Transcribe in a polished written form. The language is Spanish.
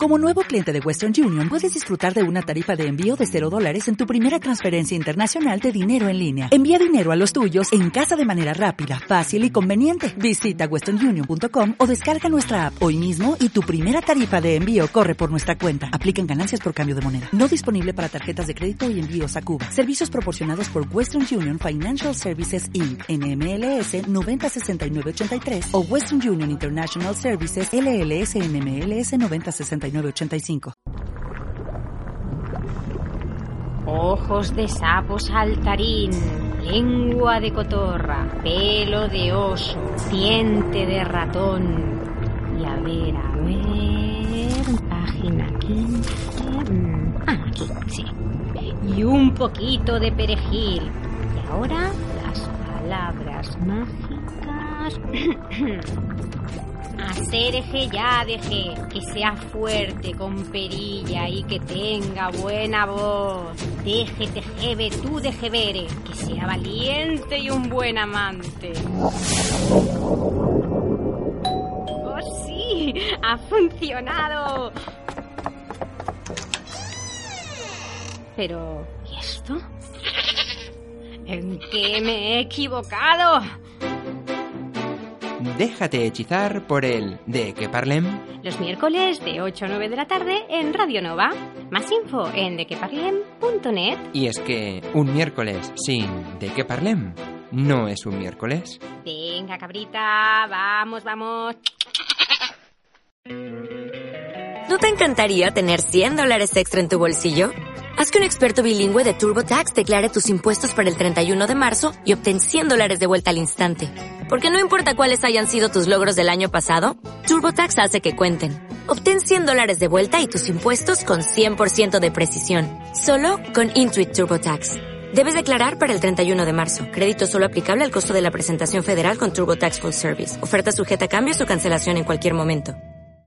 Como nuevo cliente de Western Union, puedes disfrutar de una tarifa de envío de $0 en tu primera transferencia internacional de dinero en línea. Envía dinero a los tuyos en casa de manera rápida, fácil y conveniente. Visita westernunion.com o descarga nuestra app hoy mismo y tu primera tarifa de envío corre por nuestra cuenta. Aplican ganancias por cambio de moneda. No disponible para tarjetas de crédito y envíos a Cuba. Servicios proporcionados por Western Union Financial Services Inc. NMLS 906983 o Western Union International Services LLS NMLS 906985. Ojos de sapo saltarín, lengua de cotorra, pelo de oso, diente de ratón. Y a ver, página 15. Aquí, sí. Y un poquito de perejil. Y ahora las palabras mágicas. Asereje ya deje, que sea fuerte con perilla y que tenga buena voz. Deje tejebe tú de jebere, que sea valiente y un buen amante. ¡Oh sí! ¡Ha funcionado! Pero, ¿y esto? ¿En qué me he equivocado? Déjate hechizar por el ¿De qué parlem? Los miércoles de 8 a 9 de la tarde en Radio Nova. Más info en dequeparlem.net. Y es que un miércoles sin ¿De qué parlem? No es un miércoles. Venga, cabrita, vamos. ¿No te encantaría tener $100 extra en tu bolsillo? Haz que un experto bilingüe de TurboTax declare tus impuestos para el 31 de marzo y obtén $100 de vuelta al instante. Porque no importa cuáles hayan sido tus logros del año pasado, TurboTax hace que cuenten. Obtén $100 de vuelta y tus impuestos con 100% de precisión. Solo con Intuit TurboTax. Debes declarar para el 31 de marzo. Crédito solo aplicable al costo de la presentación federal con TurboTax Full Service. Oferta sujeta a cambios o cancelación en cualquier momento.